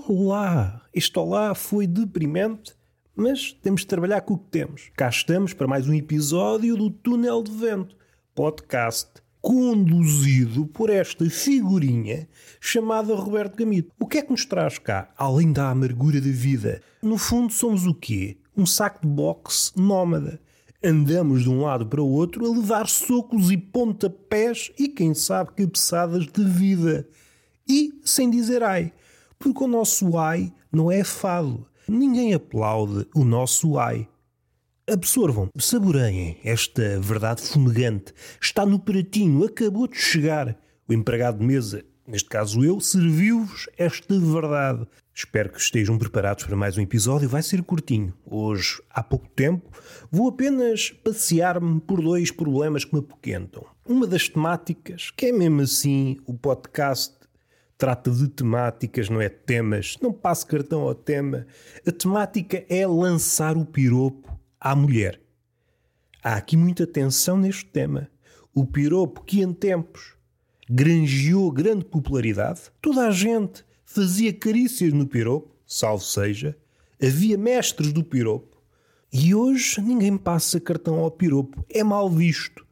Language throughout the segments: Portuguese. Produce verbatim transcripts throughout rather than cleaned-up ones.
Olá! Este olá foi deprimente, mas temos de trabalhar com o que temos. Cá estamos para mais um episódio do Túnel de Vento, podcast conduzido por esta figurinha chamada Roberto Gamito. O que é que nos traz cá, além da amargura da vida? No fundo somos o quê? Um saco de boxe nómada. Andamos de um lado para o outro a levar socos e pontapés e, quem sabe, cabeçadas de vida. E sem dizer ai, porque o nosso ai não é fado. Ninguém aplaude o nosso ai. Absorvam, saboreiem esta verdade fumegante. Está no pratinho, acabou de chegar. O empregado de mesa, neste caso eu, serviu-vos esta verdade. Espero que estejam preparados para mais um episódio. Vai ser curtinho. Hoje, há pouco tempo, vou apenas passear-me por dois problemas que me apoquentam. Uma das temáticas, que é mesmo assim, o podcast trata de temáticas, não é temas. Não passo cartão ao tema. A temática é lançar o piropo à mulher. Há aqui muita tensão neste tema. O piropo que em tempos granjeou grande popularidade. Toda a gente fazia carícias no piropo, salvo seja. Havia mestres do piropo. E hoje ninguém passa cartão ao piropo. É mal visto.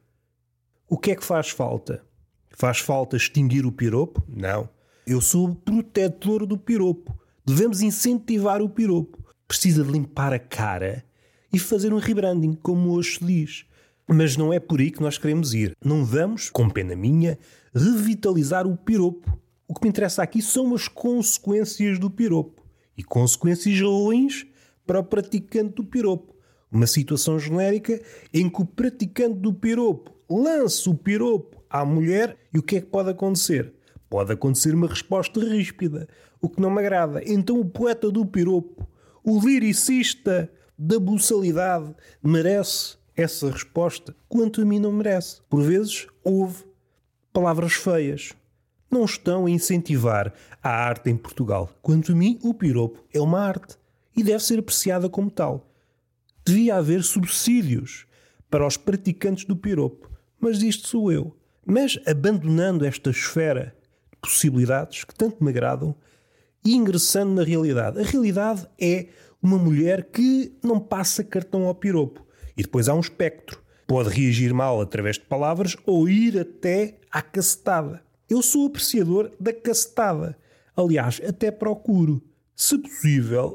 O que é que faz falta? Faz falta extinguir o piropo? Não. Eu sou protetor do piropo. Devemos incentivar o piropo. Precisa de limpar a cara e fazer um rebranding, como hoje se diz. Mas não é por aí que nós queremos ir. Não vamos, com pena minha, revitalizar o piropo. O que me interessa aqui são as consequências do piropo. E consequências ruins para o praticante do piropo. Uma situação genérica em que o praticante do piropo lança o piropo à mulher e o que é que pode acontecer? Pode acontecer uma resposta ríspida, o que não me agrada. Então o poeta do piropo, o liricista da buçalidade, merece essa resposta, quanto a mim não merece. Por vezes houve palavras feias. Não estão a incentivar a arte em Portugal. Quanto a mim, o piropo é uma arte e deve ser apreciada como tal. Devia haver subsídios para os praticantes do piropo, mas isto sou eu. Mas abandonando esta esfera de possibilidades que tanto me agradam e ingressando na realidade. A realidade é uma mulher que não passa cartão ao piropo. E depois há um espectro. Pode reagir mal através de palavras ou ir até à cacetada. Eu sou apreciador da cacetada. Aliás, até procuro, se possível,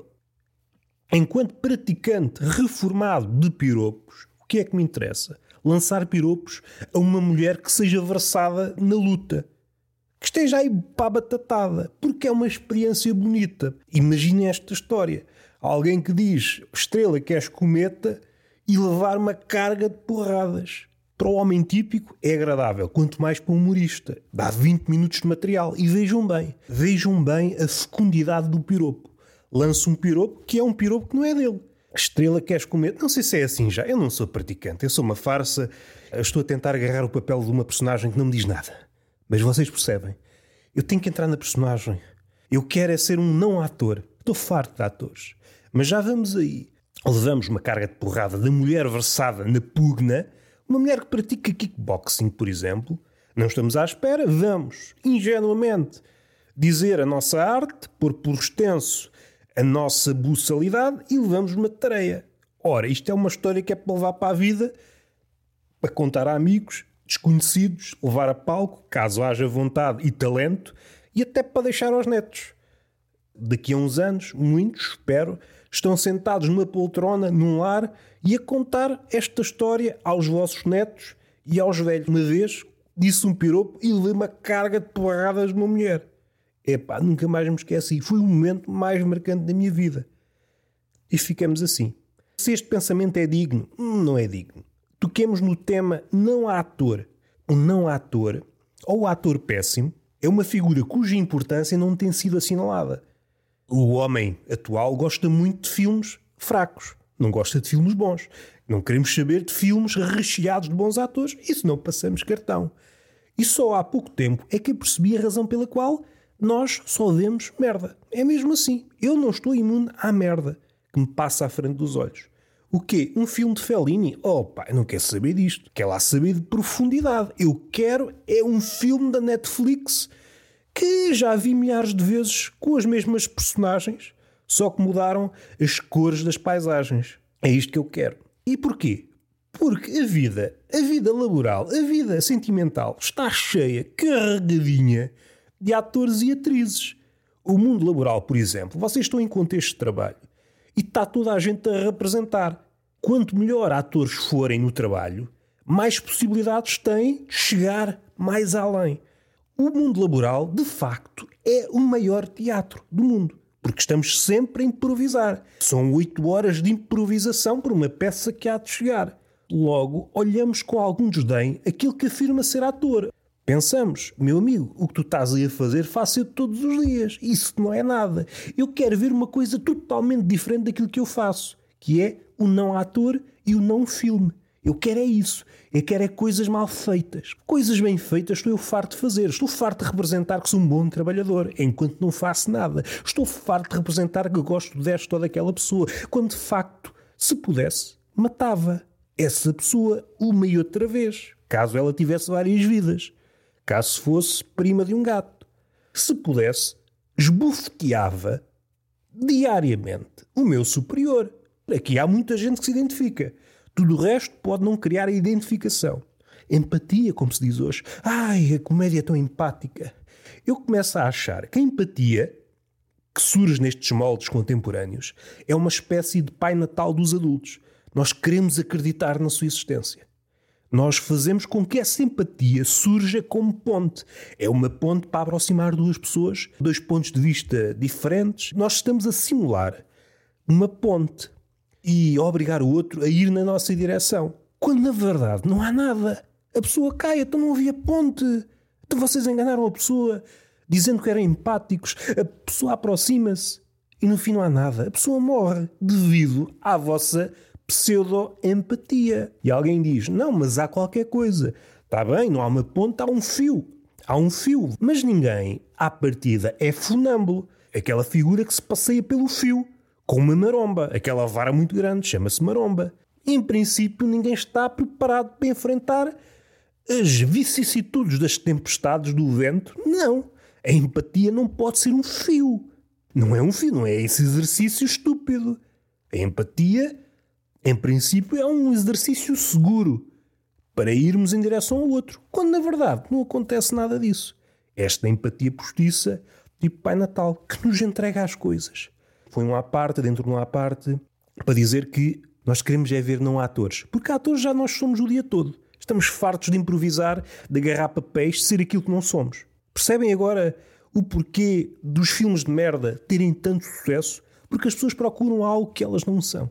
enquanto praticante reformado de piropos, o que é que me interessa? Lançar piropos a uma mulher que seja versada na luta. Que esteja aí para a batatada, porque é uma experiência bonita. Imaginem esta história. Alguém que diz, estrela, queres cometa, e levar uma carga de porradas. Para o homem típico é agradável, quanto mais para um humorista. Dá vinte minutos de material. E vejam bem, vejam bem a fecundidade do piropo. Lança um piropo que é um piropo que não é dele. Estrela, queres cometa? Não sei se é assim já. Eu não sou praticante, eu sou uma farsa. Eu estou a tentar agarrar o papel de uma personagem que não me diz nada. Mas vocês percebem, eu tenho que entrar na personagem. Eu quero é ser um não ator. Estou farto de atores. Mas já vamos aí. Levamos uma carga de porrada da mulher versada na pugna, uma mulher que pratica kickboxing, por exemplo. Não estamos à espera, vamos, ingenuamente, dizer a nossa arte, pôr por extenso a nossa buçalidade e levamos uma tareia. Ora, isto é uma história que é para levar para a vida, para contar a amigos, desconhecidos, levar a palco, caso haja vontade e talento, e até para deixar aos netos. Daqui a uns anos, muitos, espero, estão sentados numa poltrona, num lar, e a contar esta história aos vossos netos e aos velhos. Uma vez disse um piropo e levei uma carga de porradas de uma mulher. Epá, nunca mais me esqueci. Foi o momento mais marcante da minha vida. E ficamos assim. Se este pensamento é digno, não é digno. Toquemos no tema não ator. O não ator, ou ator péssimo, é uma figura cuja importância não tem sido assinalada. O homem atual gosta muito de filmes fracos. Não gosta de filmes bons. Não queremos saber de filmes recheados de bons atores. Isso não passamos cartão. E só há pouco tempo é que eu percebi a razão pela qual nós só vemos merda. É mesmo assim. Eu não estou imune à merda que me passa à frente dos olhos. O quê? Um filme de Fellini? Oh pá, eu não quero saber disto. Quero lá saber de profundidade. Eu quero é um filme da Netflix que já vi milhares de vezes com as mesmas personagens, só que mudaram as cores das paisagens. É isto que eu quero. E porquê? Porque a vida, a vida laboral, a vida sentimental está cheia, carregadinha de atores e atrizes. O mundo laboral, por exemplo, vocês estão em contexto de trabalho e está toda a gente a representar. Quanto melhor atores forem no trabalho, mais possibilidades têm de chegar mais além. O mundo laboral, de facto, é o maior teatro do mundo, porque estamos sempre a improvisar. São oito horas de improvisação por uma peça que há de chegar. Logo, olhamos com algum desdém aquilo que afirma ser ator. Pensamos, meu amigo, o que tu estás aí a fazer faço eu todos os dias. Isso não é nada. Eu quero ver uma coisa totalmente diferente daquilo que eu faço, que é o não ator e o não filme. Eu quero é isso. Eu quero é coisas mal feitas. Coisas bem feitas estou eu farto de fazer. Estou farto de representar que sou um bom trabalhador, enquanto não faço nada. Estou farto de representar que gosto desta ou daquela pessoa, quando de facto, se pudesse, matava essa pessoa uma e outra vez, caso ela tivesse várias vidas. Caso fosse prima de um gato. Se pudesse, esbofeteava diariamente o meu superior. Aqui há muita gente que se identifica. Tudo o resto pode não criar a identificação. Empatia, como se diz hoje. Ai, a comédia é tão empática. Eu começo a achar que a empatia, que surge nestes moldes contemporâneos, é uma espécie de Pai Natal dos adultos. Nós queremos acreditar na sua existência. Nós fazemos com que essa empatia surja como ponte. É uma ponte para aproximar duas pessoas, dois pontos de vista diferentes. Nós estamos a simular uma ponte e obrigar o outro a ir na nossa direção. Quando, na verdade, não há nada. A pessoa cai, então não havia ponte. Então vocês enganaram a pessoa, dizendo que eram empáticos. A pessoa aproxima-se e no fim não há nada. A pessoa morre devido à vossa pseudo-empatia. E alguém diz, não, mas há qualquer coisa. Está bem, não há uma ponte, há um fio. Há um fio. Mas ninguém, à partida, é funâmbulo. Aquela figura que se passeia pelo fio. Com uma maromba. Aquela vara muito grande, chama-se maromba. Em princípio, ninguém está preparado para enfrentar as vicissitudes das tempestades do vento. Não. A empatia não pode ser um fio. Não é um fio, não é esse exercício estúpido. A empatia, em princípio, é um exercício seguro para irmos em direção ao outro, quando na verdade não acontece nada disso. Esta empatia postiça, tipo Pai Natal, que nos entrega as coisas. Foi um à parte, dentro de um à parte, para dizer que nós queremos é ver não atores. Porque atores já nós somos o dia todo. Estamos fartos de improvisar, de agarrar papéis, de ser aquilo que não somos. Percebem agora o porquê dos filmes de merda terem tanto sucesso? Porque as pessoas procuram algo que elas não são.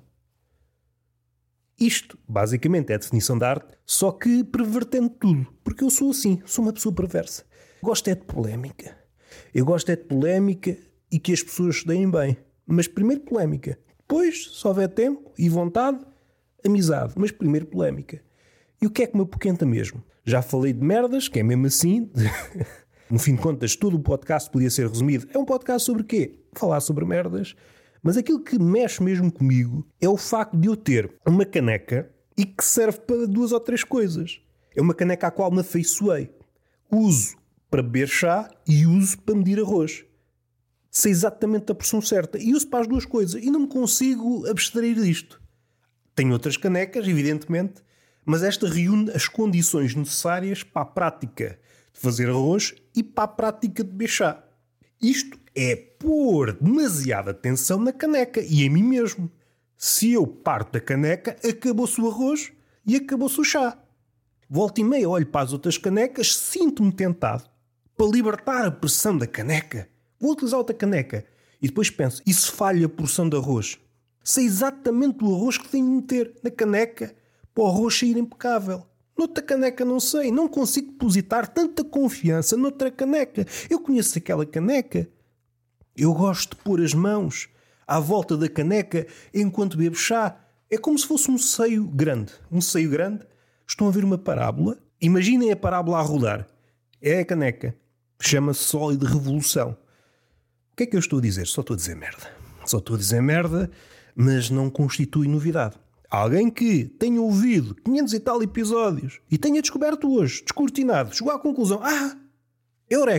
Isto, basicamente, é a definição da arte, só que pervertendo tudo. Porque eu sou assim, sou uma pessoa perversa. Gosto é de polémica. Eu gosto é de polémica e que as pessoas se deem bem. Mas primeiro polémica. Depois, se houver tempo e vontade, amizade. Mas primeiro polémica. E o que é que me apoquenta mesmo? Já falei de merdas, que é mesmo assim. No fim de contas, todo o podcast podia ser resumido. É um podcast sobre quê? Falar sobre merdas. Mas aquilo que mexe mesmo comigo é o facto de eu ter uma caneca e que serve para duas ou três coisas. É uma caneca à qual me afeiçoei. Uso para beber chá e uso para medir arroz. Sei exatamente a porção certa. E uso para as duas coisas. E não me consigo abstrair disto. Tenho outras canecas, evidentemente, mas esta reúne as condições necessárias para a prática de fazer arroz e para a prática de beber chá. Isto é pôr demasiada atenção na caneca e em mim mesmo. Se eu parto da caneca, acabou-se o arroz e acabou-se o chá. Volta e meia olho para as outras canecas, sinto-me tentado para libertar a pressão da caneca. Vou utilizar outra caneca. E depois penso, e se falha a porção de arroz? Sei exatamente o arroz que tenho de meter na caneca para o arroz sair impecável. Noutra caneca não sei. Não consigo depositar tanta confiança noutra caneca. Eu conheço aquela caneca. Eu gosto de pôr as mãos à volta da caneca enquanto bebo chá. É como se fosse um seio grande. Um seio grande. Estão a ver uma parábola? Imaginem a parábola a rodar. É a caneca. Chama-se sólido revolução. O que é que eu estou a dizer? Só estou a dizer merda. Só estou a dizer merda, mas não constitui novidade. Alguém que tenha ouvido quinhentos e tal episódios e tenha descoberto hoje, descortinado, chegou à conclusão, ah, eureka,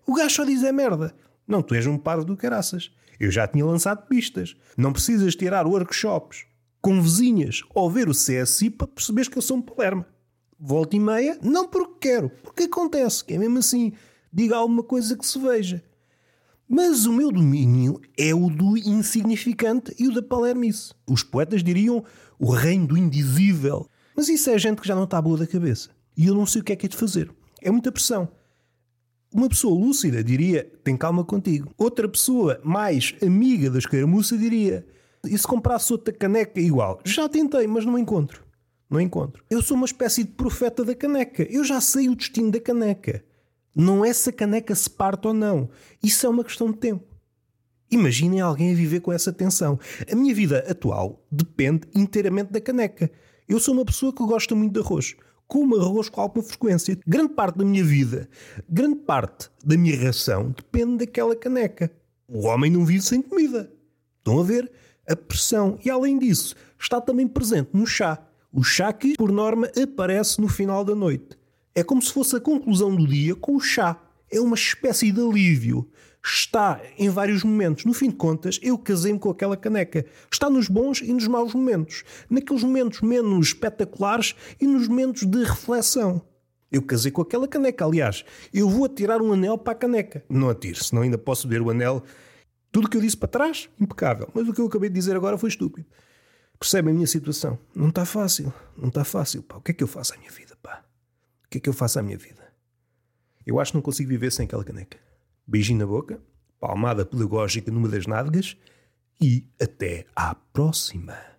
O gajo só diz é merda. Não, tu és um parvo do caraças. Eu já tinha lançado pistas. Não precisas tirar workshops com vizinhas ou ver o C S I para perceberes que eu sou um palerma. Volta e meia, não porque quero, porque acontece, que é mesmo assim. Diga alguma coisa que se veja. Mas o meu domínio é o do insignificante e o da palermice. Os poetas diriam o reino do indizível. Mas isso é gente que já não está boa da cabeça. E eu não sei o que é que é de fazer. É muita pressão. Uma pessoa lúcida diria, tem calma contigo. Outra pessoa mais amiga da escaramuça diria, e se comprasse outra caneca igual? Já tentei, mas não encontro. Não encontro. Eu sou uma espécie de profeta da caneca. Eu já sei o destino da caneca. Não é se a caneca se parte ou não. Isso é uma questão de tempo. Imaginem alguém a viver com essa tensão. A minha vida atual depende inteiramente da caneca. Eu sou uma pessoa que gosta muito de arroz. Como arroz com alguma frequência. Grande parte da minha vida, grande parte da minha ração depende daquela caneca. O homem não vive sem comida. Estão a ver? A pressão. E além disso, está também presente no chá. O chá que, por norma, aparece no final da noite. É como se fosse a conclusão do dia com o chá. É uma espécie de alívio. Está em vários momentos. No fim de contas, eu casei-me com aquela caneca. Está nos bons e nos maus momentos. Naqueles momentos menos espetaculares e nos momentos de reflexão. Eu casei com aquela caneca. Aliás, eu vou atirar um anel para a caneca. Não atiro, senão ainda posso ver o anel. Tudo o que eu disse para trás, impecável. Mas o que eu acabei de dizer agora foi estúpido. Percebem a minha situação? Não está fácil. Não está fácil, pá. O que é que eu faço à minha vida, pá? O que é que eu faço à minha vida? Eu acho que não consigo viver sem aquela caneca. Beijinho na boca, palmada pedagógica numa das nádegas e até à próxima.